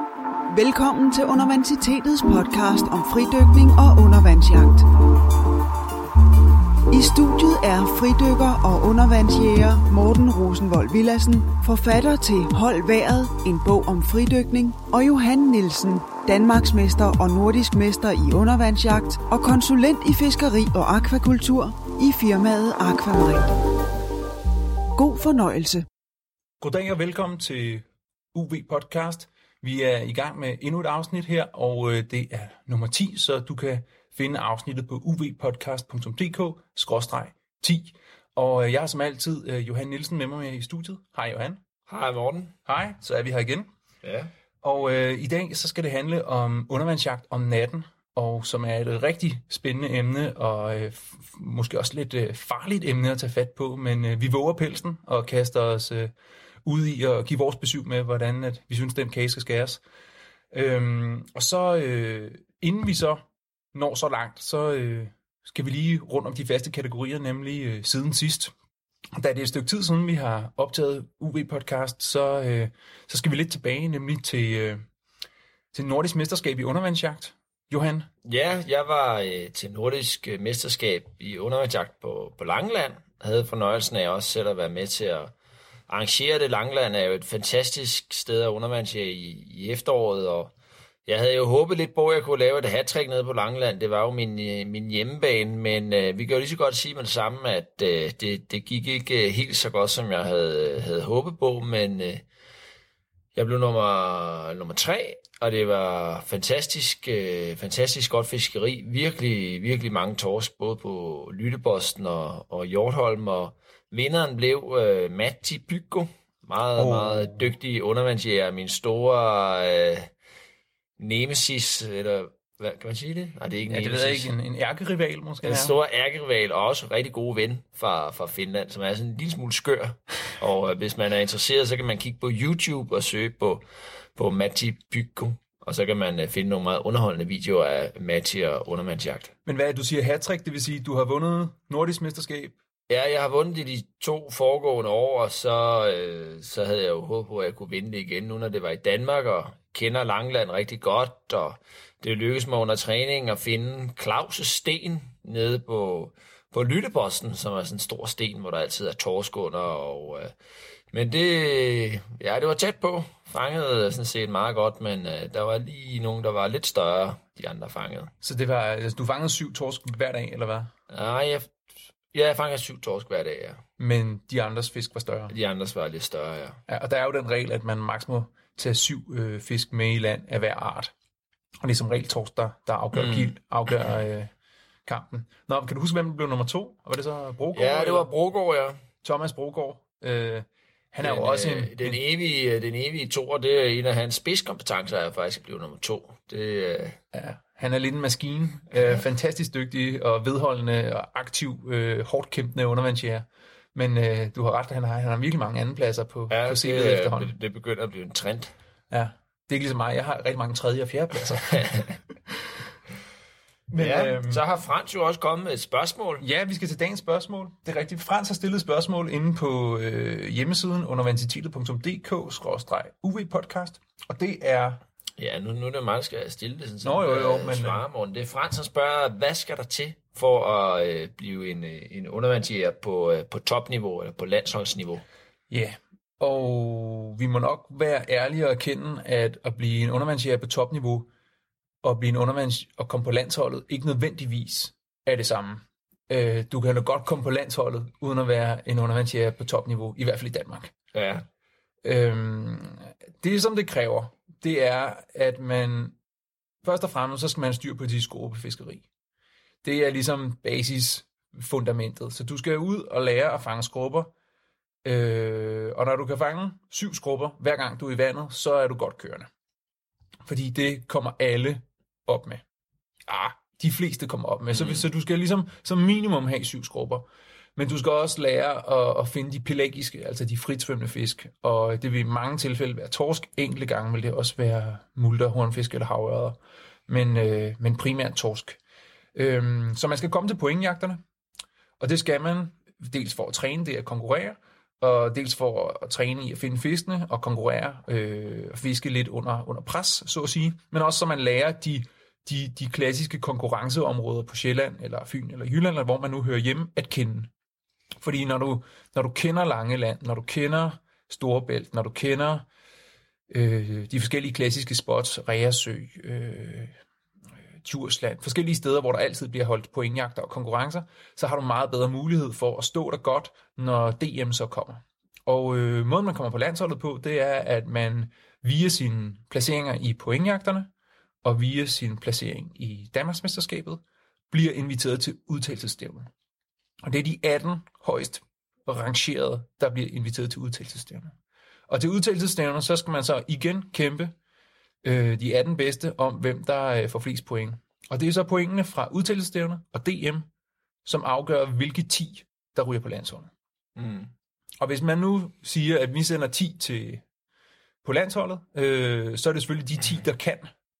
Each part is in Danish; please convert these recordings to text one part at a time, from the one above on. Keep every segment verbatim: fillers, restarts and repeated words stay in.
Velkommen til Undervansitetets podcast om fridykning og undervandsjagt. I studiet er fridykker og undervandsjæger Morten Rosenvold Villadsen, forfatter til Hold Vejret, en bog om fridykning, og Johan Nielsen, Danmarksmester og nordisk mester i undervandsjagt og konsulent i fiskeri og akvakultur i firmaet Aquamarin. God fornøjelse. Goddag og velkommen til U V Podcast. Vi er i gang med endnu et afsnit her, og det er nummer ti, så du kan finde afsnittet på u v podcast punktum d k skråstreg ti. Og jeg har som altid Johan Nielsen med mig i studiet. Hej Johan. Hej Morten. Hej, så er vi her igen. Ja. Og øh, i dag så skal det handle om undervandsjagt om natten, og som er et rigtig spændende emne, og øh, måske også lidt øh, farligt emne at tage fat på, men øh, vi våger pelsen og kaster os øh, ud i at give vores besyv med, hvordan at vi synes, den kage skal skæres. Øhm, og så, øh, inden vi så når så langt, så øh, skal vi lige rundt om de faste kategorier, nemlig øh, siden sidst. Da det er et stykke tid siden, vi har optaget U V-podcast, så, øh, så skal vi lidt tilbage, nemlig til, øh, til nordisk mesterskab i undervandsjagt. Johan? Ja, jeg var øh, til nordisk øh, mesterskab i undervandsjagt på, på Langeland. Jeg havde fornøjelsen af også selv at være med til at arrangere det. Langeland er jo et fantastisk sted at undervandsjage i, i efteråret, og jeg havde jo håbet lidt på, at jeg kunne lave et hat-trick nede på Langeland. Det var jo min, min hjemmebane, men øh, vi kan jo lige så godt sige med det samme, at øh, det, det gik ikke øh, helt så godt, som jeg havde, havde håbet på, men øh, jeg blev nummer, nummer tre, og det var fantastisk, øh, fantastisk godt fiskeri. Virkelig, virkelig mange torsk, både på Lyttebosten og, og Hjortholm, og vinderen blev øh, Matti Byggo, meget, oh. meget dygtig undervandsjæger, min store... Øh, Nemesis, eller hvad kan man sige det? Nej, det er ikke ja, Nemesis. Det ved jeg ikke, en, en ærkerival måske. En stor ærkerival, og også en rigtig god ven fra, fra Finland, som er sådan en lille smule skør. Og øh, hvis man er interesseret, så kan man kigge på YouTube og søge på, på Matti Byggo, og så kan man øh, finde nogle meget underholdende videoer af Matti og undervandsjagt. Men hvad er du siger hat-trick, det vil sige, du har vundet nordisk mesterskab? Ja, jeg har vundet det de to foregående år, og så, øh, så havde jeg jo håbet på, at jeg kunne vinde det igen, nu når det var i Danmark, og kender Langeland rigtig godt, og det lykkedes mig under træningen at finde Claus' sten nede på, på Lyttebosten, som er sådan en stor sten, hvor der altid er torsk under, og, øh, men det, ja, det var tæt på, fangede sådan set meget godt, men øh, der var lige nogen, der var lidt større, de andre fangede. Så det var, altså, du fangede syv torsk hver dag, eller hvad? Nej, jeg Ja, jeg fanger syv torsk hver dag, ja. Men de andres fisk var større? De andres var lidt større, ja. Ja, og der er jo den regel, at man maks må tage syv øh, fisk med i land af hver art. Og det er som regel torsk, der, der afgør, mm. kild, afgør øh, kampen. Nå, kan du huske, hvem der blev nummer to? Var det så Brogaard? Ja, det var Brogaard, ja. Thomas Brogaard. Øh, han er den, jo også en... Den evige, den evige toer, det er en af hans spidskompetencer, er faktisk blevet nummer to. Det, øh... ja, han er lidt en maskine. Øh, fantastisk dygtig og vedholdende og aktiv, øh, hårdt kæmpende undervandsjæger. Men øh, du har ret, han har, han har virkelig mange andenpladser på, ja, på C V'et efterhånden. Det, det begynder at blive en trend. Ja, det er ikke ligesom mig. Jeg har rigtig mange tredje- og fjerdepladser. Men, ja, øhm, så har Frans jo også kommet med et spørgsmål. Ja, vi skal til dagens spørgsmål. Det er rigtigt. Frans har stillet et spørgsmål inde på øh, hjemmesiden undervandsitetet punktum d k skråstreg u v podcast. Og det er... Ja, nu, nu er det meget, der skal stille det. Sådan, Nå jo, jo, men... Svaremorgen. Det er Frans, der spørger, hvad skal der til for at øh, blive en, en undervandsjæger på, øh, på topniveau, eller på landsholdsniveau? Ja, yeah. Og vi må nok være ærlige og erkende, at at blive en undervandsjæger på topniveau, og blive en undervands og komme på landsholdet, ikke nødvendigvis er det samme. Øh, du kan jo godt komme på landsholdet, uden at være en undervandsjæger på topniveau, i hvert fald i Danmark. Ja. Øhm, det, som det kræver, det er, at man først og fremmest, så skal man have styr på de skrue på fiskeri. Det er ligesom basisfundamentet. Så du skal ud og lære at fange skrubber, øh, og når du kan fange syv skrubber, hver gang du er i vandet, så er du godt kørende. Fordi det kommer alle op med. Ah, de fleste kommer op med. Så, mm. så du skal ligesom som minimum have syv skrubber. Men du skal også lære at, at finde de pelagiske, altså de fritsvømmende fisk. Og det vil i mange tilfælde være torsk. Enkelte gange vil det også være multer, hornfisk eller havørred. Men, øh, men primært torsk. Øhm, så man skal komme til pointjagterne. Og det skal man dels for at træne, det at konkurrere. og dels for at træne i at finde fiskene og konkurrere øh, og fiske lidt under, under pres, så at sige, men også så man lærer de, de, de klassiske konkurrenceområder på Sjælland, eller Fyn, eller Jylland, eller hvor man nu hører hjemme, at kende. Fordi når du, når du kender Langeland, når du kender Storebælt, når du kender øh, de forskellige klassiske spots, Reersø, øh, Djursland, forskellige steder, hvor der altid bliver holdt pointjagter og konkurrencer, så har du meget bedre mulighed for at stå der godt, når D M så kommer. Og øh, måden, man kommer på landsholdet på, det er, at man via sine placeringer i pointjagterne og via sin placering i Danmarksmesterskabet bliver inviteret til udtagelsesstævnet. Og det er de atten højst rangerede, der bliver inviteret til udtagelsesstævnet. Og til udtagelsesstævnet, så skal man så igen kæmpe øh, de atten bedste om, hvem der øh, får flest point. Og det er så pointene fra udtagelsesstævnet og D M, som afgør, hvilke ti, der ryger på landsholdet. Mm. Og hvis man nu siger, at vi sender ti til, på landsholdet, øh, så er det selvfølgelig de ti, der kan.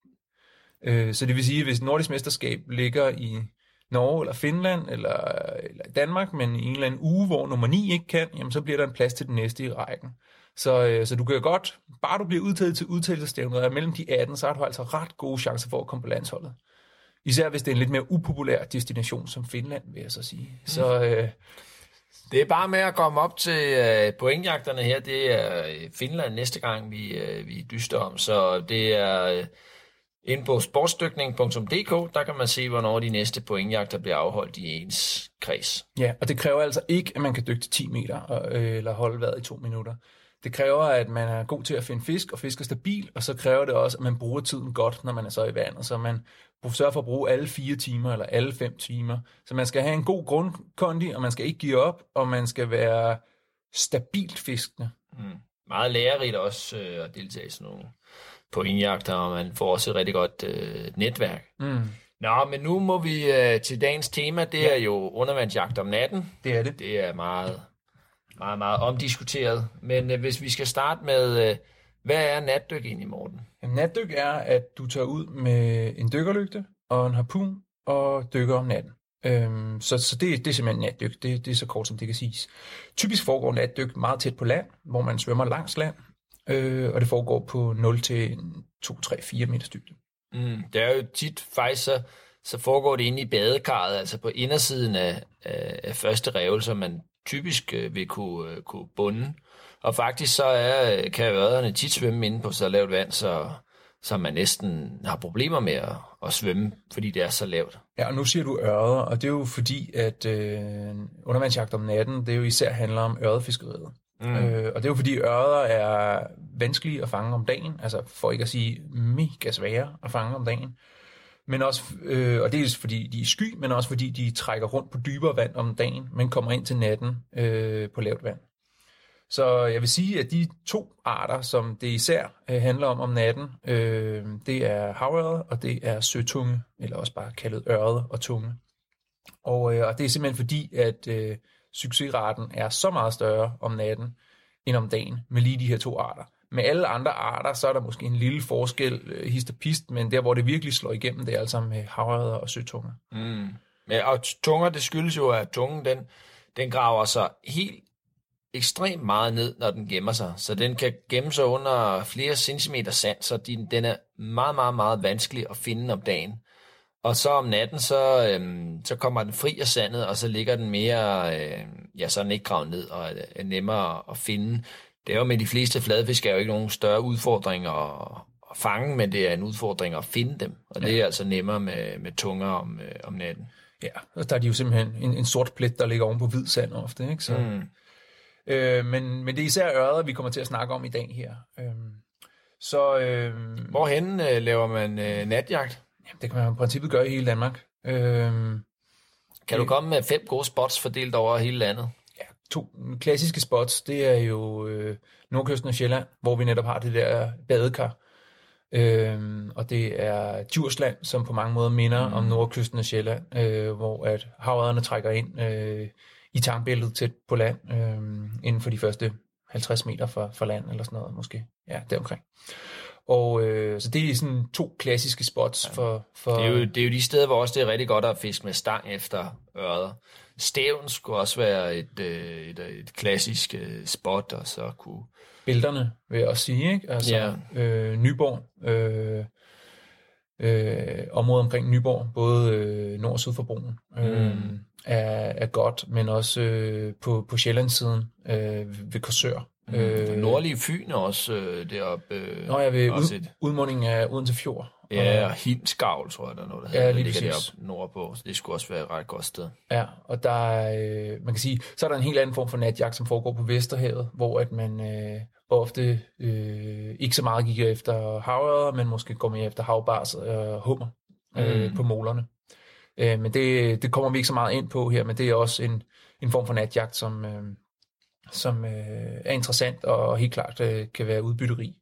Øh, så det vil sige, at hvis Nordisk Mesterskab ligger i Norge eller Finland eller, eller Danmark, men i en eller anden uge, hvor nummer ni ikke kan, jamen så bliver der en plads til den næste i rækken. Så, øh, så du kan jo godt, bare du bliver udtaget til udtagelsesstævnet, og mellem de atten, så har du altså ret gode chancer for at komme på landsholdet. Især hvis det er en lidt mere upopulær destination som Finland, vil jeg så sige. Så, øh, det er bare med at komme op til øh, pointjagterne her. Det er Finland næste gang, vi, øh, vi dyster om. Så det er øh, inde på sportsdykning punktum d k, der kan man se, hvornår de næste pointjagter bliver afholdt i ens kreds. Ja, og det kræver altså ikke, at man kan dykke til ti meter og, øh, eller holde vejret i to minutter. Det kræver, at man er god til at finde fisk og fisker stabil, og så kræver det også, at man bruger tiden godt, når man er så i vandet. Så man sørger for at bruge alle fire timer eller alle fem timer. Så man skal have en god grundkondi, og man skal ikke give op, og man skal være stabilt fiskende. Mm. Meget lærerigt også øh, at deltage i sådan nogle pointjagter, og man får også et rigtig godt øh, netværk. Mm. Nå, men nu må vi øh, til dagens tema. Det ja. er jo undervandsjagt om natten. Det er det. Det er meget, meget, meget omdiskuteret. Men øh, hvis vi skal starte med, øh, hvad er natdyk egentlig, Morten? En natdyk er, at du tager ud med en dykkerlygte og en harpun og dykker om natten. Øhm, så så det, det er simpelthen natdyk. Det, det er så kort, som det kan siges. Typisk foregår natdyk meget tæt på land, hvor man svømmer langs land, øh, og det foregår på nul til to, tre, fire meters dybde. Mm, det er jo tit faktisk, så, så foregår det inde i badekarret, altså på indersiden af, af, af første revel, som man typisk øh, vil kunne, øh, kunne bunde. Og faktisk så er, kan ørrederne tit svømme inde på så lavt vand, så, så man næsten har problemer med at, at svømme, fordi det er så lavt. Ja, og nu siger du ørreder, og det er jo fordi, at øh, undervandsjagt om natten, det jo især handler om ørredfiskeriet. Mm. Øh, og det er jo fordi ørreder er vanskelige at fange om dagen, altså for ikke at sige mega svære at fange om dagen. Men også, øh, og dels fordi de er sky, men også fordi de trækker rundt på dybere vand om dagen, men kommer ind til natten øh, på lavt vand. Så jeg vil sige, at de to arter, som det især øh, handler om om natten, øh, det er havørred, og det er søtunge, eller også bare kaldet ørred og tunge. Og, øh, og det er simpelthen fordi, at øh, succesraten er så meget større om natten end om dagen med lige de her to arter. Med alle andre arter, så er der måske en lille forskel, øh, hist og pist, men der, hvor det virkelig slår igennem, det er altså med havørred og søtunge. Mm. Ja, og tunger, det skyldes jo, at tungen, den, den graver sig helt ekstremt meget ned, når den gemmer sig. Så den kan gemme sig under flere centimeter sand, så den, den er meget, meget, meget vanskelig at finde om dagen. Og så om natten, så, øhm, så kommer den fri af sandet, og så ligger den mere, øh, ja, så er den ikke gravet ned, og er nemmere at finde. Det er jo med de fleste fladfisk, er jo ikke nogen større udfordring at, at fange, men det er en udfordring at finde dem. Og det er ja. altså nemmere med, med tunger om, øh, om natten. Ja, og der er de jo simpelthen en, en sort plet, der ligger oven på hvid sand ofte, ikke? Så... Mm. Øh, men, men det er især ørreder, vi kommer til at snakke om i dag her. Øh, så, øh, Hvorhen øh, laver man øh, natjagt? Jamen, det kan man i princippet gøre i hele Danmark. Øh, kan du komme med fem gode spots fordelt over hele landet? Ja, to klassiske spots, det er jo øh, Nordkysten og Sjælland, hvor vi netop har det der badekar. Øh, og det er Djursland, som på mange måder minder mm. om Nordkysten og Sjælland, øh, hvor at havørrederne trækker ind øh, i tangbæltet tæt på land, øh, inden for de første halvtreds meter fra, fra land, eller sådan noget måske. Ja, deromkring. Og øh, så det er sådan to klassiske spots ja. for... for det, er jo, det er jo de steder, hvor også det er rigtig godt at fiske med stang efter ørreder. Stævn skulle også være et, et, et klassisk spot, og så kunne... Bælterne, vil jeg også sige, ikke? Altså, ja. øh, Nyborg, øh, øh, området omkring Nyborg, både øh, nord og syd for broen, øh, mm. er, er godt, men også øh, på, på Sjællandssiden øh, ved Korsør. Mm. Øh, Nordlige Fyn også øh, deroppe. Øh, Nå, jeg ved ud, udmundingen af Odense Fjord. Ja, og Hindsgavl, tror jeg, der er noget, der, ja, der lige ligger deroppe nordpå, så det skulle også være et ret godt sted. Ja, og der er, øh, man kan sige, så er der en helt anden form for natjagt, som foregår på Vesterhavet, hvor at man øh, ofte øh, ikke så meget gik efter havørred, men måske går mere efter havbars og hummer øh, mm. på målerne. Øh, men det, det kommer vi ikke så meget ind på her, men det er også en, en form for natjagt, som, øh, som øh, er interessant og helt klart øh, kan være udbytterig.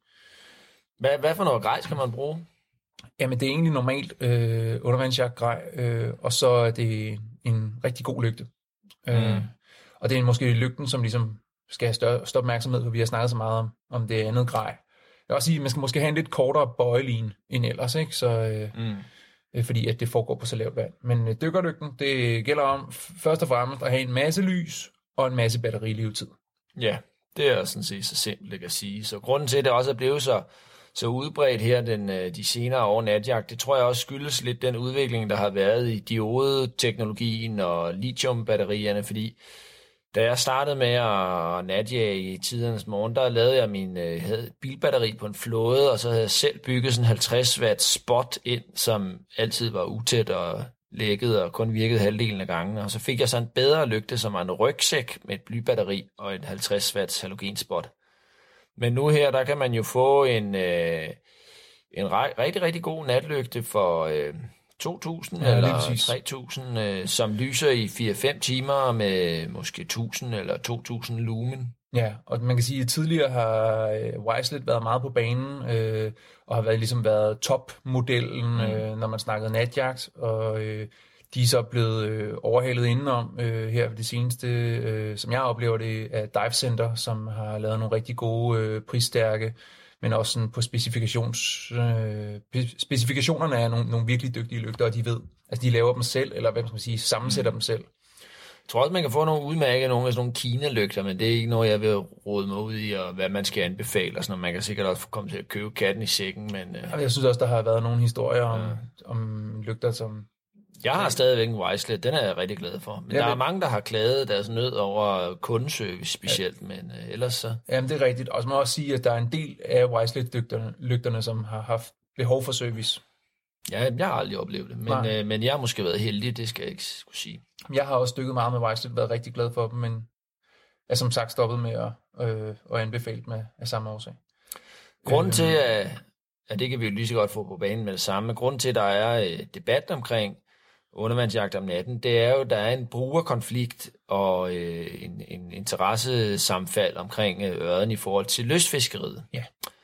Hvad, hvad for noget grej skal man bruge? Jamen, det er egentlig normalt øh, undervandsjagtgrej, øh, og så er det en rigtig god lygte. Mm. Øh, og det er måske lygten, som ligesom skal have større, større opmærksomhed, for vi har snakket så meget om, om det andet grej. Jeg vil også sige, at man skal måske have en lidt kortere bøjeline end ellers, ikke? Så, øh, mm. øh, fordi at det foregår på så lavt vand. Men øh, dykkerlygten, det gælder om først og fremmest at have en masse lys og en masse batterilevetid. Ja, det er sådan set så simpelt, det kan sige. Så grunden til, at det også er blevet så Så udbredt her den, de senere år natjagt, det tror jeg også skyldes lidt den udvikling, der har været i diodeteknologien og lithiumbatterierne, fordi da jeg startede med at natjage i tidernes morgen, der lavede jeg min havde bilbatteri på en flåde, og så havde jeg selv bygget sådan en halvtreds watt spot ind, som altid var utæt og lækket og kun virkede halvdelen af gangene, og så fik jeg så en bedre lygte, som var en rygsæk med et blybatteri og en halvtreds watts halogenspot. Men nu her, der kan man jo få en, øh, en re- rigtig, rigtig god natlygte for øh, to tusind ja, eller tre tusind, øh, som lyser i fire til fem timer med måske tusind eller to tusind lumen. Ja, og man kan sige, at tidligere har øh, Wiselet været meget på banen, øh, og har været, ligesom været topmodellen, mm. øh, når man snakkede natjagt, og øh, de er så blevet øh, overhalet indenom øh, her det seneste, øh, som jeg oplever det, af Dive Center, som har lavet nogle rigtig gode, øh, prisstærke, men også sådan på specifikations, øh, specifikationerne er nogle, nogle virkelig dygtige lygter, og de ved, altså de laver dem selv, eller hvad skal man sige, sammensætter mm. dem selv. Jeg tror også, man kan få nogle udmærkede, nogle af sådan nogle Kina-lygter, men det er ikke noget, jeg vil råde mig ud i, og hvad man skal anbefale, og sådan noget. Man kan sikkert også komme til at købe katten i sækken, men... Øh... Jeg synes også, der har været nogle historier om, ja. om lygter, som... Jeg har stadigvæk en Wiselet, den er jeg rigtig glad for. Men ja, der er mange, der har klaget deres nød over kundeservice specielt, ja. men øh, ellers så... Jamen, det er rigtigt. Og så må jeg også sige, at der er en del af Wiselet-lygterne, som har haft behov for service. Ja, jeg har aldrig oplevet det, men, øh, men jeg har måske været heldig, det skal jeg ikke skulle sige. Jeg har også dykket meget med Wiselet, været rigtig glad for dem, men er som sagt stoppet med at, øh, at anbefale dem af samme årsag. Grunden øh, til, at, at det kan vi jo lige så godt få på banen med det samme, men grunden til, at der er øh, debat omkring undervandsjagt om natten, det er jo, at der er en brugerkonflikt og øh, en, en interessesammenfald omkring øh, ørren i forhold til lystfiskeriet. Ja.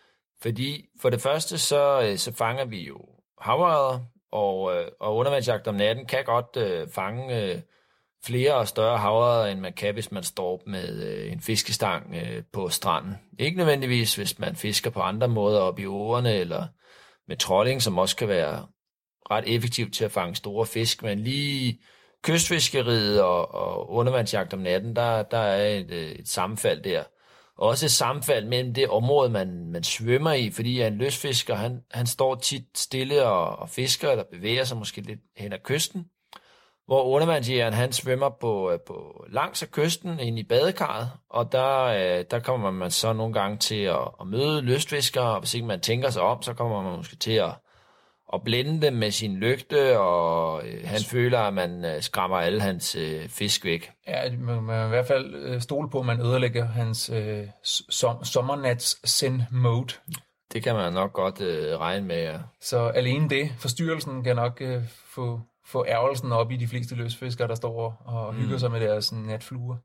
Fordi for det første, så, øh, så fanger vi jo havørreder, og, øh, og undervandsjagt om natten kan godt øh, fange øh, flere og større havørreder, end man kan, hvis man står med øh, en fiskestang øh, på stranden. Ikke nødvendigvis, hvis man fisker på andre måder op i åerne, eller med trolling, som også kan være ret effektivt til at fange store fisk, men lige kystfiskeriet og, og undervandsjagt om natten, der, der er et, et sammenfald der. Også et sammenfald mellem det område, man, man svømmer i, fordi en lystfisker, han, han står tit stille og, og fisker, eller bevæger sig måske lidt hen ad kysten, hvor undervandsjægeren, han svømmer på, på langs af kysten ind i badekarret, og der, der kommer man så nogle gange til at, at møde lystfiskere, og hvis ikke man tænker sig om, så kommer man måske til at og blænde dem med sin lygte, og øh, han føler, at man øh, skræmmer alle hans øh, fisk væk. Ja, man må i hvert fald øh, stole på, at man ødelægger hans øh, som, sommernats send mode. Det kan man nok godt øh, regne med, ja. Så alene det, forstyrrelsen kan nok øh, få, få ærgelsen op i de fleste løsfiskere, der står og mm. hygger sig med deres natfluer.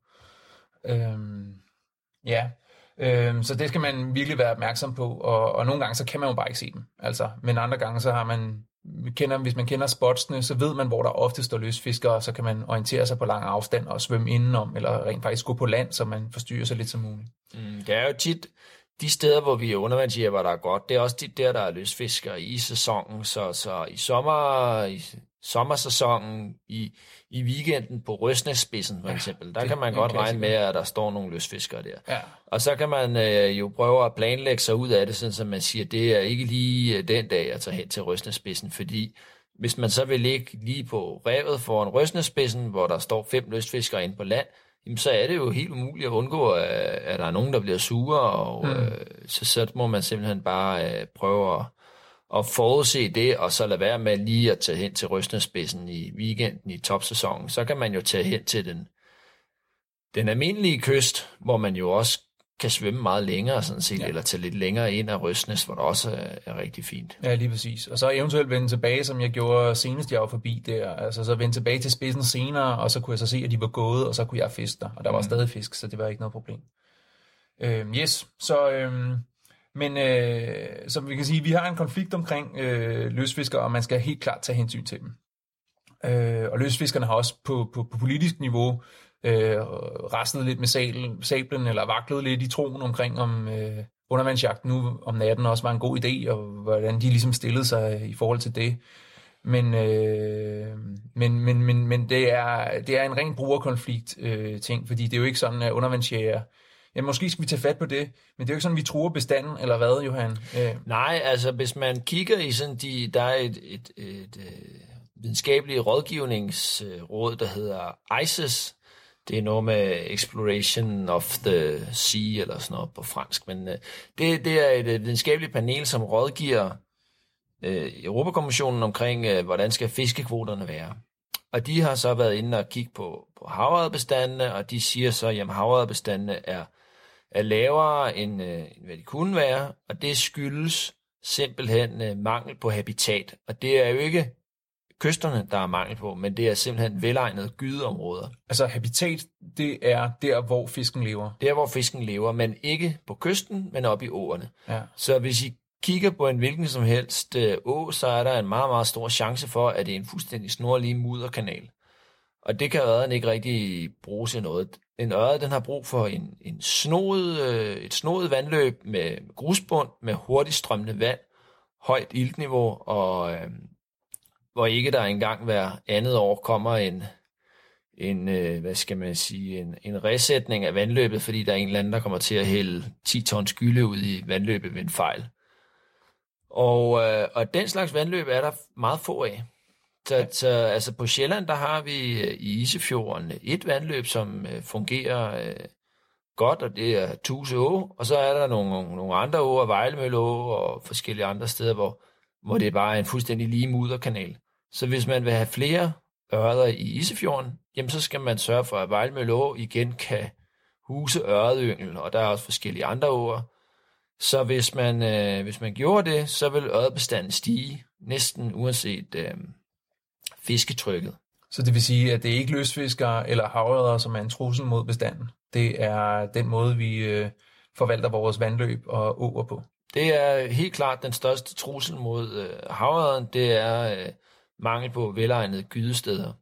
Øhm, ja, Øhm, så det skal man virkelig være opmærksom på, og, og nogle gange så kan man jo bare ikke se dem. Altså, men andre gange så har man, kender, hvis man kender spotsene, så ved man, hvor der ofte står lystfiskere, og så kan man orientere sig på lang afstand og svømme indenom, eller rent faktisk gå på land, så man forstyrrer sig lidt som muligt. Mm, det er jo tit de steder, hvor vi er undervandsjæger, hvor der er godt, det er også de der, der er lystfiskere i sæsonen, så, så i sommer, i sommersæsonen i, i weekenden på Røsnæsspidsen for eksempel. Der det, kan man godt regne med, at der står nogle lystfiskere der. Ja. Og så kan man øh, jo prøve at planlægge sig ud af det, sådan, så man siger, at det er ikke lige øh, den dag, jeg tager hen til Røsnæsspidsen, fordi hvis man så vil ligge lige på revet foran Røsnæsspidsen, hvor der står fem lystfiskere inde på land, jamen, så er det jo helt umuligt at undgå, at, at der er nogen, der bliver sure, og mm. øh, så, så må man simpelthen bare øh, prøve at, at forudse det, og så lade være med lige at tage hen til Røsnæsspidsen i weekenden i topsæsonen. Så kan man jo tage hen til den, den almindelige kyst, hvor man jo også kan svømme meget længere, sådan set, ja. Eller til lidt længere ind af Røsnæs, hvor det også er, er rigtig fint. Ja, lige præcis. Og så eventuelt vende tilbage, som jeg gjorde senest, jeg var forbi der. Altså så vende tilbage til spidsen senere, og så kunne jeg så se, at de var gået, og så kunne jeg fiske der. Og der var mm. stadig fisk, så det var ikke noget problem. Øhm, yes, så... Øhm, men øh, som vi kan sige, vi har en konflikt omkring øh, løsfiskere, og man skal helt klart tage hensyn til dem. Øh, og løsfiskerne har også på, på, på politisk niveau øh, raslet lidt med sablen, sablen, eller vaklet lidt i troen omkring, om øh, undervandsjagt nu om natten også var en god idé, og hvordan de ligesom stillede sig i forhold til det. Men, øh, men, men, men, men det, er, det er en ren brugerkonflikt øh, ting, fordi det er jo ikke sådan, at undervandsjæger... Ja, måske skal vi tage fat på det, men det er jo ikke sådan, vi truer bestanden, eller hvad, Johan? Øh. Nej, altså hvis man kigger i sådan de... Der er et, et, et, et videnskabelige rådgivningsråd, der hedder I C E S. Det er noget med Exploration of the Sea, eller sådan noget på fransk. Men uh, det, det er et, et videnskabeligt panel, som rådgiver uh, Europakommissionen omkring, uh, hvordan skal fiskekvoterne være. Og de har så været inde og kigge på, på havørredbestandene, og de siger så, at havørredbestandene er, er lavere, end, uh, end hvad de kunne være, og det skyldes simpelthen uh, mangel på habitat. Og det er jo ikke kysterne, der er mangel på, men det er simpelthen velegnede gydeområder. Altså habitat, det er der, hvor fisken lever? Der, hvor fisken lever, men ikke på kysten, men oppe i åerne. Ja. Så hvis I kigger på en hvilken som helst å, så er der en meget, meget stor chance for, at det er en fuldstændig snorlige mudderkanal. Og det kan ørreden ikke rigtig bruge til noget. En ørred, den har brug for en, en snoet, et snoet vandløb med grusbund, med hurtigt strømmende vand, højt iltniveau, og øh, hvor ikke der engang hver andet år kommer en, en øh, hvad skal man sige, en, en resætning af vandløbet, fordi der er en eller anden, der kommer til at hælde ti tons gylde ud i vandløbet ved en fejl. Og, øh, og den slags vandløb er der meget få af. Så, ja. så altså på Sjælland, der har vi øh, i Isefjorden et vandløb, som øh, fungerer øh, godt, og det er Tuse Å, og så er der nogle, nogle andre åer, Vejlemølle Å og forskellige andre steder, hvor, hvor det bare er en fuldstændig lige mudderkanal. Så hvis man vil have flere ørreder i Isefjorden, jamen så skal man sørge for, at Vejlemølle Å igen kan huse ørredyngel, og der er også forskellige andre åer. Så hvis man, øh, hvis man gjorde det, så vil ørredbestanden stige, næsten uanset øh, fisketrykket. Så det vil sige, at det er ikke løsfiskere eller havørreder, som er en trussel mod bestanden. Det er den måde, vi øh, forvalter vores vandløb og åer på. Det er helt klart den største trussel mod øh, havørreden, det er øh, mangel på velegnede gydesteder.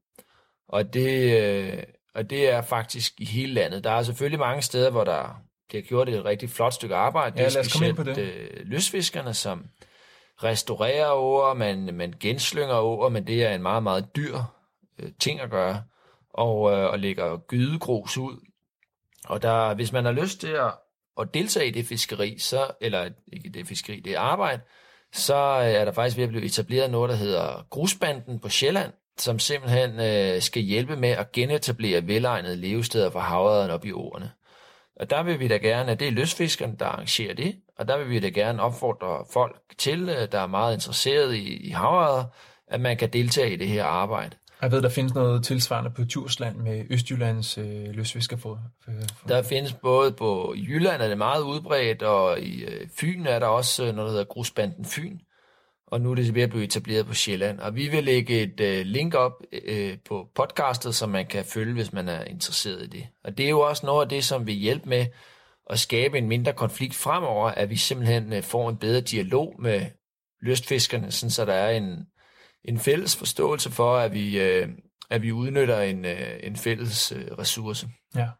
Og det, øh, og det er faktisk i hele landet. Der er selvfølgelig mange steder, hvor der bliver gjort et rigtig flot stykke arbejde. Ja, det er specielt øh, lystfiskerne, som restaurerer åer, man, man genslynger åer, men det er en meget, meget dyr øh, ting at gøre, og, øh, og lægger gydegrus ud. Og der, hvis man har lyst til at, at deltage i det fiskeri, så, eller ikke det fiskeri, det arbejde, så er der faktisk ved at blive etableret noget, der hedder Grusbanden på Sjælland, som simpelthen øh, skal hjælpe med at genetablere velegnede levesteder for havørreden op i åerne. Og der vil vi da gerne, at det er lystfiskerne, der arrangerer det, og der vil vi da gerne opfordre folk til, der er meget interesseret i, i havørreder, at man kan deltage i det her arbejde. Jeg ved, der findes noget tilsvarende på Djursland med Østjyllands øh, lystfiskerfor. Der findes både på i Jylland er det meget udbredt, og i øh, Fyn er der også noget, der hedder Grusbanden Fyn. Og nu er det ved at blive etableret på Sjælland. Og vi vil lægge et øh, link op øh, på podcastet, som man kan følge, hvis man er interesseret i det. Og det er jo også noget af det, som vil hjælpe med at skabe en mindre konflikt fremover, at vi simpelthen øh, får en bedre dialog med lystfiskerne, sådan så der er en, en fælles forståelse for, at vi, øh, at vi udnytter en, øh, en fælles øh, ressource. Ja.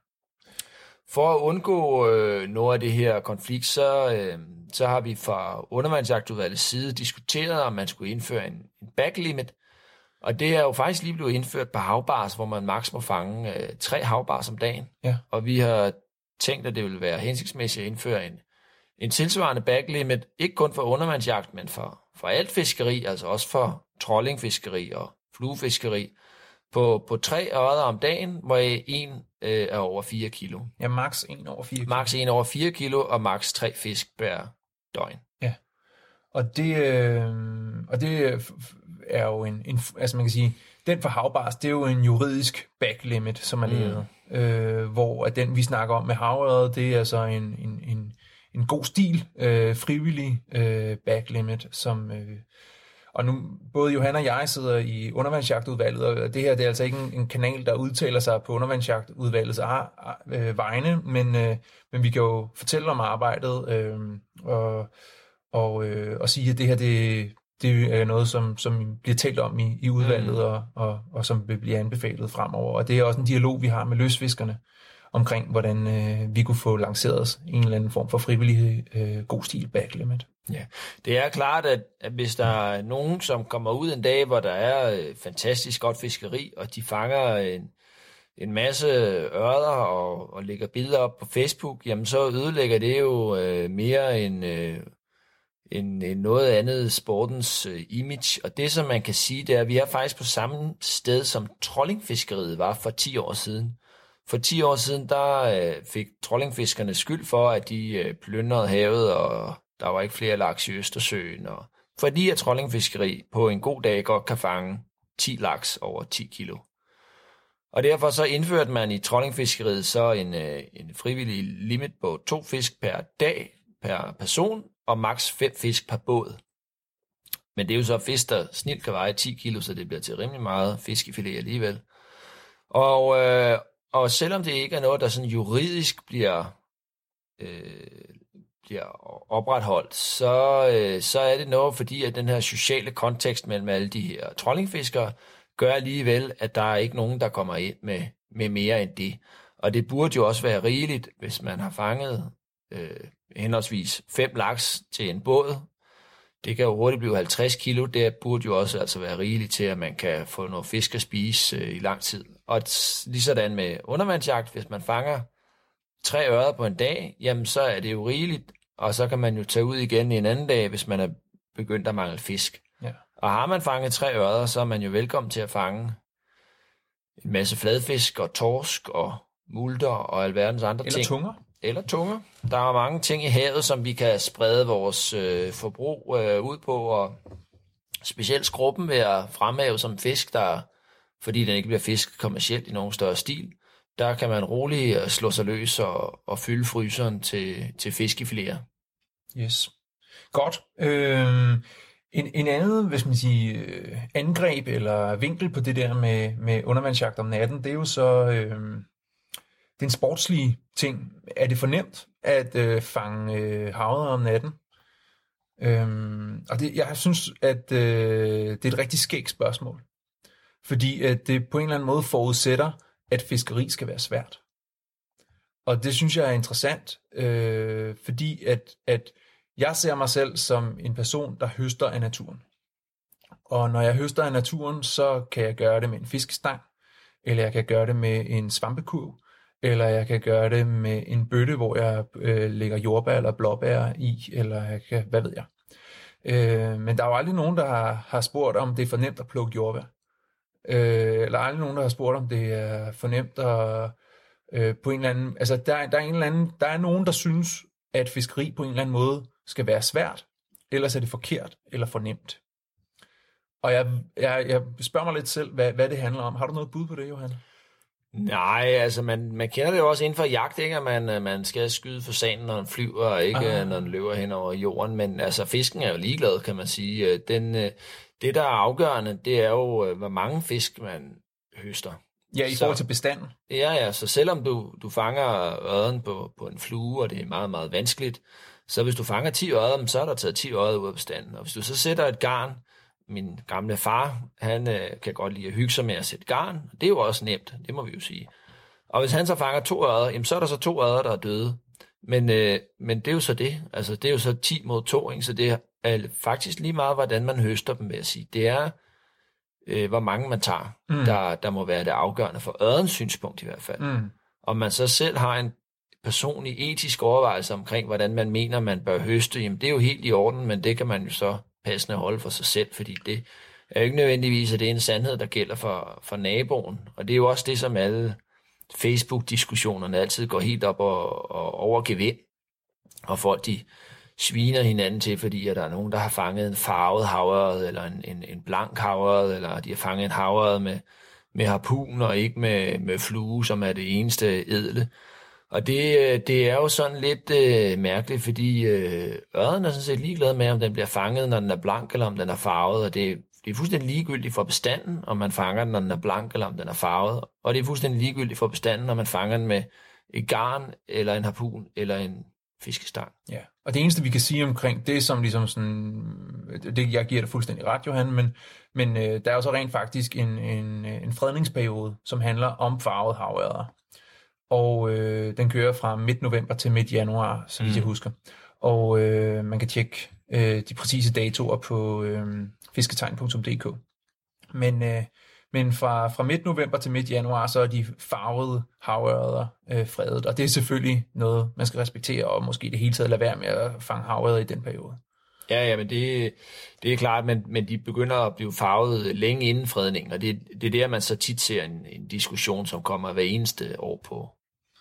For at undgå øh, noget af det her konflikt, så, øh, så har vi fra undervandsjagtudvalgets side diskuteret, om man skulle indføre en, en backlimit, Og det er jo faktisk lige blevet indført på havbars, hvor man maks må fange øh, tre havbars om dagen. Ja. Og vi har tænkt, at det vil være hensigtsmæssigt at indføre en, en tilsvarende backlimit, ikke kun for undervandsjagt, men for, for alt fiskeri, altså også for trollingfiskeri og fluefiskeri, på, på tre ørreder om dagen, hvor en øh, er over fire kilo. Ja, maks en over fire kilo. Maks en over fire kilo, og maks tre fisk per døgn. Ja, og det, øh, og det er jo en, en, altså man kan sige, den for havbars, det er jo en juridisk backlimit, som er lavet, mm. øh, hvor at den, vi snakker om med havørred, det er så en, en, en, en god stil, øh, frivillig øh, backlimit, som... Øh, Og nu, både Johan og jeg sidder i undervandsjagtudvalget, og det her det er altså ikke en, en kanal, der udtaler sig på undervandsjagtudvalgets ar, øh, vegne, men, øh, men vi kan jo fortælle om arbejdet øh, og, og, øh, og sige, at det her det, det er noget, som, som bliver talt om i, i udvalget, mm. og, og, og som vil blive anbefalet fremover. Og det er også en dialog, vi har med løsfiskerne omkring, hvordan øh, vi kunne få lanceret en eller anden form for frivillig øh, god stil backlimit. Ja, det er klart, at, at hvis der er nogen, som kommer ud en dag, hvor der er øh, fantastisk godt fiskeri, og de fanger en, en masse ørder og, og lægger billeder op på Facebook, jamen så ødelægger det jo øh, mere end, øh, end, end noget andet sportens øh, image. Og det, som man kan sige, det er, at vi er faktisk på samme sted, som trollingfiskeriet var for ti år siden. For ti år siden, der øh, fik trollingfiskerne skyld for, at de øh, plyndrede havet, og der var ikke flere laks i Østersøen. Og fordi at trollingfiskeri på en god dag godt kan fange ti laks over ti kilo. Og derfor så indførte man i trollingfiskeriet så en, øh, en frivillig limit på to fisk per dag per person, og maks fem fisk per båd. Men det er jo så fisk, der snilt kan veje ti kilo, så det bliver til rimelig meget fiskefilet alligevel. Og... Øh, Og selvom det ikke er noget, der sådan juridisk bliver, øh, bliver opretholdt, så, øh, så er det noget, fordi at den her sociale kontekst mellem alle de her trollingfiskere gør alligevel, at der er ikke nogen, der kommer ind med, med mere end det. Og det burde jo også være rigeligt, hvis man har fanget øh, henholdsvis fem laks til en båd. Det kan jo hurtigt blive halvtreds kilo. Det burde jo også altså være rigeligt til, at man kan få noget fisk at spise øh, i lang tid. Og lige sådan med undervandsjagt, hvis man fanger tre ørder på en dag, jamen så er det jo rigeligt, og så kan man jo tage ud igen en anden dag, hvis man er begyndt at mangle fisk. Ja. Og har man fanget tre ørder, så er man jo velkommen til at fange en masse fladfisk og torsk og multer og alverdens andre Eller ting. tunger. Eller tunger. Der er mange ting i havet, som vi kan sprede vores øh, forbrug øh, ud på, og specielt skrubben vil jeg fremhæve som fisk, der, fordi den ikke bliver fisket kommercielt i nogen større stil, der kan man roligt slå sig løs og, og fylde fryseren til, til fiskefiléer. Yes. Godt. Øh, en, en anden, hvis man siger, angreb eller vinkel på det der med, med undervandsjagt om natten, det er jo så øh, den sportslige ting. Er det for nemt at øh, fange øh, havet om natten? Øhm, og det, jeg synes, at øh, det er et rigtig skægt spørgsmål. Fordi at det på en eller anden måde forudsætter, at fiskeri skal være svært. Og det synes jeg er interessant, øh, fordi at, at jeg ser mig selv som en person, der høster af naturen. Og når jeg høster af naturen, så kan jeg gøre det med en fiskestang, eller jeg kan gøre det med en svampekurv, eller jeg kan gøre det med en bøtte, hvor jeg øh, lægger jordbær eller blåbær i, eller jeg kan, hvad ved jeg. Øh, men der er jo aldrig nogen, der har, har spurgt, om det er for nemt at plukke jordbær. Øh, eller aldrig nogen, der har spurgt, om det er for nemt at øh, på en eller anden... Altså, der, der, er en eller anden, der er nogen, der synes, at fiskeri på en eller anden måde skal være svært, ellers er det forkert eller for nemt. Og jeg, jeg, jeg spørger mig lidt selv, hvad, hvad det handler om. Har du noget bud på det, Johan? Nej, altså man, man kender det jo også inden for jagt, ikke? At man, man skal skyde fasanen, når den flyver, og ikke ah. når den løber hen over jorden. Men altså fisken er jo ligeglad, kan man sige. Den, det, der er afgørende, det er jo, hvor mange fisk man høster. Ja, i forhold til bestanden. Ja, ja, så selvom du, du fanger ørden på, på en flue, og det er meget, meget vanskeligt, så hvis du fanger ti ørder, så er der taget ti ørder ud af bestanden. Og hvis du så sætter et garn, min gamle far, han øh, kan godt lide at hygge sig med at sætte garn. Det er jo også nemt, det må vi jo sige. Og hvis han så fanger to ørder, jamen så er der så to ørder, der er døde. Men, øh, men det er jo så det. Altså det er jo så ti mod to, ikke? Så det er faktisk lige meget, hvordan man høster dem, vil jeg sige. Det er øh, hvor mange man tager, Mm. der, der må være det afgørende for ørrens synspunkt i hvert fald. Mm. Om man så selv har en personlig etisk overvejelse omkring, hvordan man mener, man bør høste, jamen det er jo helt i orden, men det kan man jo så passende holde for sig selv, fordi det er jo ikke nødvendigvis, at det er en sandhed, der gælder for, for naboen. Og det er jo også det, som alle Facebook-diskussionerne altid går helt op og, og over gevind. Og folk, de sviner hinanden til, fordi at der er nogen, der har fanget en farvet havørred, eller en, en, en blank havørred, eller de har fanget en havørred med, med harpun, og ikke med, med flue, som er det eneste edle. Og det, det er jo sådan lidt øh, mærkeligt, fordi øh, ørreden er sådan set ligeglad med, om den bliver fanget, når den er blank, eller om den er farvet. Og det, det er fuldstændig ligegyldigt for bestanden, om man fanger den, når den er blank, eller om den er farvet. Og det er fuldstændig ligegyldigt for bestanden, når man fanger den med et garn, eller en harpun, eller en fiskestang. Ja, og det eneste, vi kan sige omkring det, som ligesom sådan, det, jeg giver dig fuldstændig ret, Johan, men, men øh, der er jo så rent faktisk en, en, en fredningsperiode, som handler om farvede havørreder. Og øh, den kører fra midt november til midt januar, så vidt mm. jeg husker. Og øh, man kan tjekke øh, de præcise datoer på øh, fisketegn punktum d k. Men, øh, men fra, fra midt november til midt januar, så er de farvede havørreder øh, fredet. Og det er selvfølgelig noget, man skal respektere, og måske det hele taget lade være med at fange havørreder i den periode. Ja, ja, men det, det er klart, men, men de begynder at blive farvet længe inden fredningen, og det, det er der, man så tit ser en, en diskussion, som kommer hver eneste år på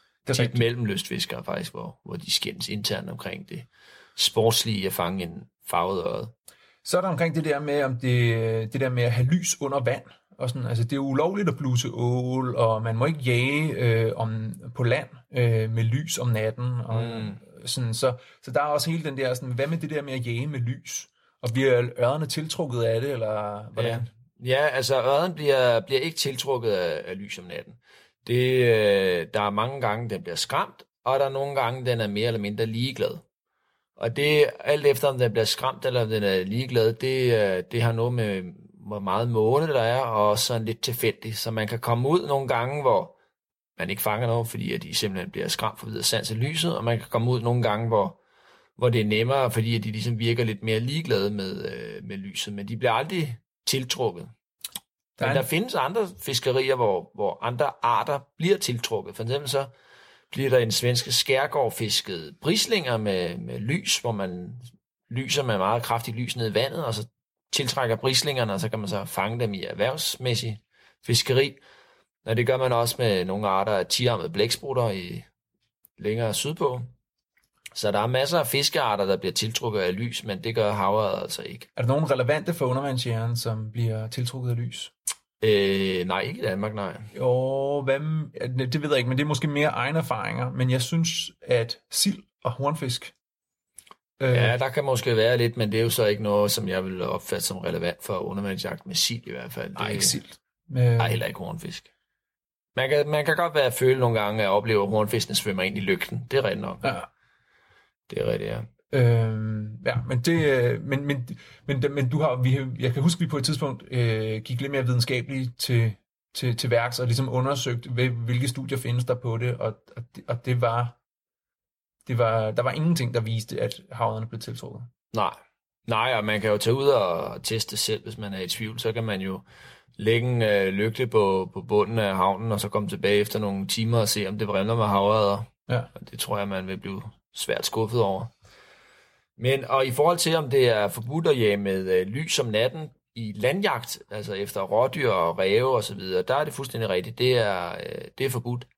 tit mellem lystfiskere faktisk, hvor, hvor de skændes internt omkring det sportslige at fange en farvet ørred. Så er der omkring det der med, om det, det der med at have lys under vand. Og sådan, altså det er ulovligt at bluse ål, og man må ikke jage øh, om, på land øh, med lys om natten. Og, mm. sådan, så, så der er også hele den der, sådan, hvad med det der med at jage med lys? Og bliver ørrederne tiltrukket af det, eller hvordan? Ja, ja altså ørreden bliver, bliver ikke tiltrukket af, af lys om natten. Det, øh, der er mange gange, den bliver skræmt, og der er nogle gange, den er mere eller mindre ligeglad. Og det, alt efter om den bliver skræmt, eller om den er ligeglad, det, det har noget med, hvor meget måne der er, og også sådan lidt tilfældigt. Så man kan komme ud nogle gange, hvor man ikke fanger noget, fordi at de simpelthen bliver skræmt for videre sans af lyset, og man kan komme ud nogle gange, hvor, hvor det er nemmere, fordi at de ligesom virker lidt mere ligeglade med, øh, med lyset, men de bliver aldrig tiltrukket. Men der findes andre fiskerier, hvor, hvor andre arter bliver tiltrukket. For eksempel så bliver der i den svenske skærgård fisket brislinger med, med lys, hvor man lyser med meget kraftigt lys ned i vandet, og så tiltrækker brislingerne, og så kan man så fange dem i erhvervsmæssig fiskeri. Og det gør man også med nogle arter af tiarmede blæksprutter i længere sydpå. Så der er masser af fiskearter, der bliver tiltrukket af lys, men det gør havørred altså ikke. Er der nogen relevante for undervandsjægeren, som bliver tiltrukket af lys? Øh, nej, ikke i Danmark, nej. Jo, hvad, det ved jeg ikke, men det er måske mere egne erfaringer. Men jeg synes, at sild og hornfisk... Øh, ja, der kan måske være lidt, men det er jo så ikke noget, som jeg vil opfatte som relevant for undervandsjagt med sild i hvert fald. Nej, ikke sild. Nej, heller ikke hornfisk. Man kan, man kan godt være at føle nogle gange, at opleve, at hornfiskene svømmer ind i lygten. Det er rigtigt nok. Ja. Det er rigtigt, ja. Øhm, ja, men det, men, men, men, men du har, vi, jeg kan huske, at vi på et tidspunkt øh, gik lidt mere videnskabeligt til, til, til værks, og ligesom undersøgt, hvilke studier findes der på det, og, og, det, og det var, det var, der var ingenting, der viste, at havørrederne blev tiltrukket. Nej, nej, og man kan jo tage ud og teste selv, hvis man er i tvivl, så kan man jo lægge en øh, lygte på, på bunden af havnen, og så komme tilbage efter nogle timer og se, om det vrimler med havørreder. Ja. Og det tror jeg, man vil blive svært skuffet over. Men, og i forhold til, om det er forbudt at jage med øh, lys om natten i landjagt, altså efter rådyr og ræve og så videre, der er det fuldstændig rigtigt. Det er, øh, det er forbudt.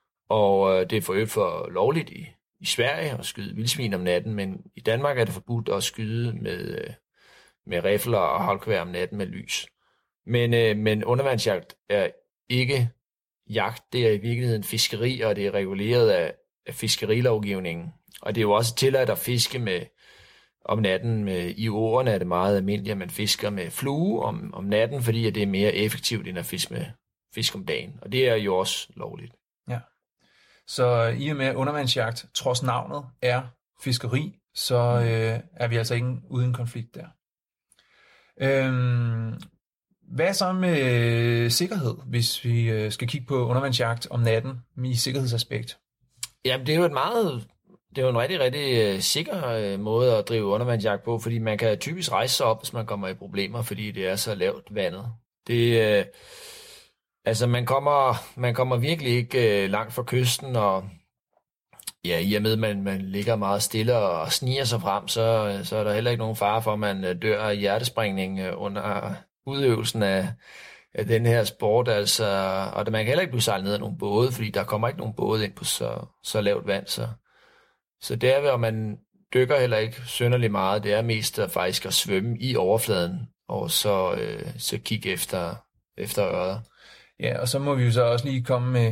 Og øh, det er for øvrigt for lovligt i, i Sverige at skyde vildsvin om natten, men i Danmark er det forbudt at skyde med, øh, med rifler og halvkvær om natten med lys. Men, øh, men undervandsjagt er ikke jagt, det er i virkeligheden fiskeri, og det er reguleret af, af fiskerilovgivningen. Og det er jo også tilladt at fiske med om natten. Med, i årene er det meget almindeligt, at man fisker med flue om, om natten, fordi at det er mere effektivt, end at fiske med fisk om dagen. Og det er jo også lovligt. Ja. Så i og med undervandsjagt, trods navnet, er fiskeri, så øh, er vi altså ikke uden konflikt der. Øhm, hvad så med sikkerhed, hvis vi øh, skal kigge på undervandsjagt om natten i sikkerhedsaspekt? Jamen, det er jo et meget... Det er jo en rigtig, rigtig uh, sikker uh, måde at drive undervandsjagt på, fordi man kan typisk rejse sig op, hvis man kommer i problemer, fordi det er så lavt vandet. Det, øh, altså man kommer, man kommer virkelig ikke øh, langt fra kysten, og ja, i og med, at man, man ligger meget stille og sniger sig frem, så, så er der heller ikke nogen fare for, at man dør af hjertesprængning under udøvelsen af, af den her sport. Altså, og man kan heller ikke blive sejlet ned af nogle både, fordi der kommer ikke nogen både ind på så, så lavt vand. Så, så det er, hvor man dykker heller ikke synderligt meget. Det er mest at faktisk at svømme i overfladen, og så, øh, så kigge efter, efter øret. Ja, og så må vi jo så også lige komme med,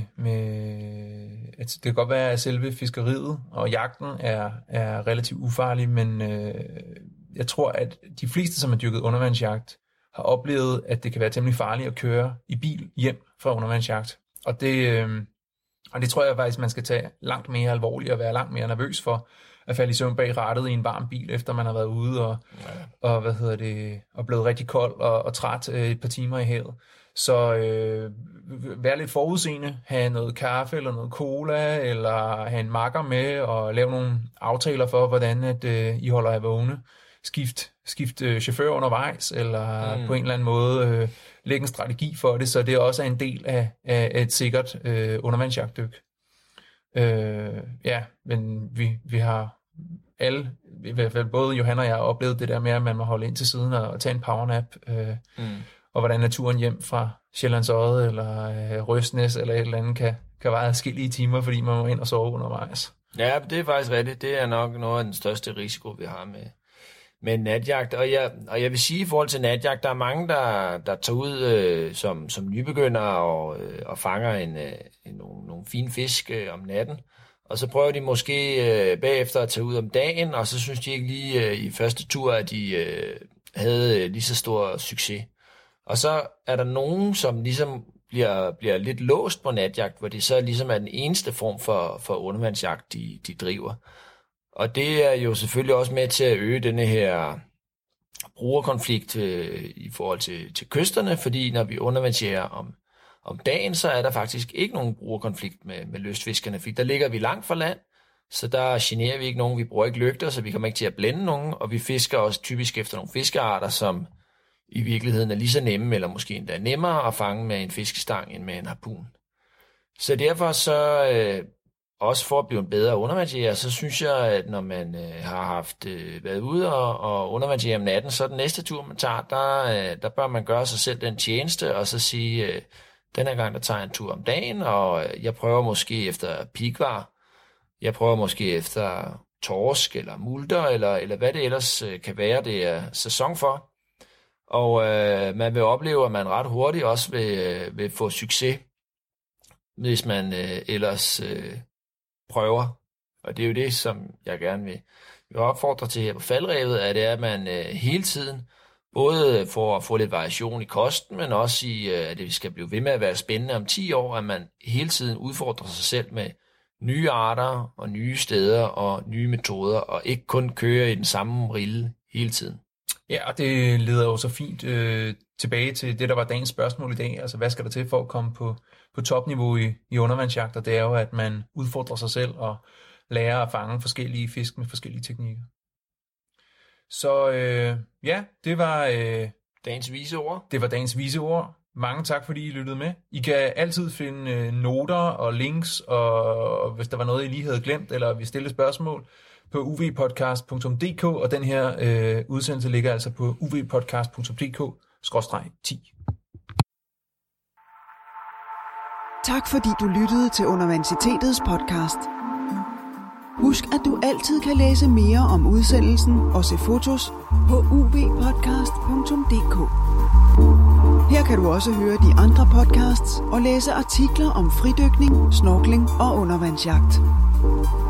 med at det kan godt være, at selve fiskeriet og jagten er, er relativt ufarlig, men øh, jeg tror, at de fleste, som har dyrket undervandsjagt, har oplevet, at det kan være temmelig farligt at køre i bil hjem fra undervandsjagt. Og det, øh, og det tror jeg faktisk, man skal tage langt mere alvorligt og være langt mere nervøs for at falde i søvn bag rattet i en varm bil, efter man har været ude og, ja. og hvad hedder det, og blevet rigtig kold og, og træt øh, et par timer i havet. Så øh, vær lidt forudseende, have noget kaffe eller noget cola, eller have en makker med, og lave nogle aftaler for, hvordan at, øh, I holder jer vågne. Skift, skift øh, chauffør undervejs, eller mm. på en eller anden måde øh, lægge en strategi for det, så det også er en del af, af et sikkert øh, undervandsjagtdyk. Øh, ja, men vi, vi har alle, i hvert fald både Johan og jeg, har oplevet det der med, at man må holde ind til siden og, og tage en powernap, øh, mm. og hvordan naturen hjem fra Sjællands Odde eller øh, Røsnæs eller et eller andet kan, kan vare adskillige timer, fordi man må ind og sove undervejs. Ja, det er faktisk rigtigt. Det er nok noget af den største risiko, vi har med, med natjagt. Og jeg, og jeg vil sige, i forhold til natjagt, der er mange, der, der tager ud øh, som, som nybegyndere og, øh, og fanger en, øh, en, nogle, nogle fine fisk øh, om natten. Og så prøver de måske øh, bagefter at tage ud om dagen, og så synes de ikke lige øh, i første tur, at de øh, havde øh, lige så stor succes. Og så er der nogen, som ligesom bliver, bliver lidt låst på natjagt, hvor det så ligesom er den eneste form for, for undervandsjagt, de, de driver. Og det er jo selvfølgelig også med til at øge denne her brugerkonflikt øh, i forhold til, til kysterne, fordi når vi undervandsjæger om, om dagen, så er der faktisk ikke nogen brugerkonflikt med, med lystfiskerne, fordi der ligger vi langt fra land, så der generer vi ikke nogen, vi bruger ikke lygter, så vi kommer ikke til at blænde nogen, og vi fisker også typisk efter nogle fiskearter, som i virkeligheden er lige så nemme, eller måske endda nemmere at fange med en fiskestang end med en harpun. Så derfor så, øh, også for at blive en bedre undervandsjæger, så synes jeg, at når man øh, har haft øh, været ude og, og undervandsjæger om natten, så den næste tur, man tager, der, øh, der bør man gøre sig selv den tjeneste, og så sige, øh, den her gang, der tager jeg en tur om dagen, og øh, jeg prøver måske efter pikvar, jeg prøver måske efter torsk, eller multer, eller, eller hvad det ellers øh, kan være, det er sæson for. Og øh, man vil opleve, at man ret hurtigt også vil, øh, vil få succes, hvis man øh, ellers øh, prøver. Og det er jo det, som jeg gerne vil, vil opfordre til her på Falderevet, at det er, at man øh, hele tiden både får at få lidt variation i kosten, men også i, øh, at det skal blive ved med at være spændende om ti år, at man hele tiden udfordrer sig selv med nye arter og nye steder og nye metoder, og ikke kun kører i den samme rille hele tiden. Ja, og det leder jo så fint øh, tilbage til det, der var dagens spørgsmål i dag. Altså, hvad skal der til for at komme på, på topniveau i, i undervandsjagter? Det er jo, at man udfordrer sig selv og lærer at fange forskellige fisk med forskellige teknikker. Så øh, ja, det var... Øh, dagens vise ord. Det var dagens vise ord. Mange tak, fordi I lyttede med. I kan altid finde øh, noter og links, og, og hvis der var noget, I lige havde glemt, eller vi stille spørgsmål, på u v podcast punktum d k, og den her øh, udsendelse ligger altså på u v podcast punktum d k skråstreg ti. Tak fordi du lyttede til Universitetets podcast. Husk, at du altid kan læse mere om udsendelsen og se fotos på u v podcast punktum d k. Her kan du også høre de andre podcasts og læse artikler om fridykning, snorkling og undervandsjagt.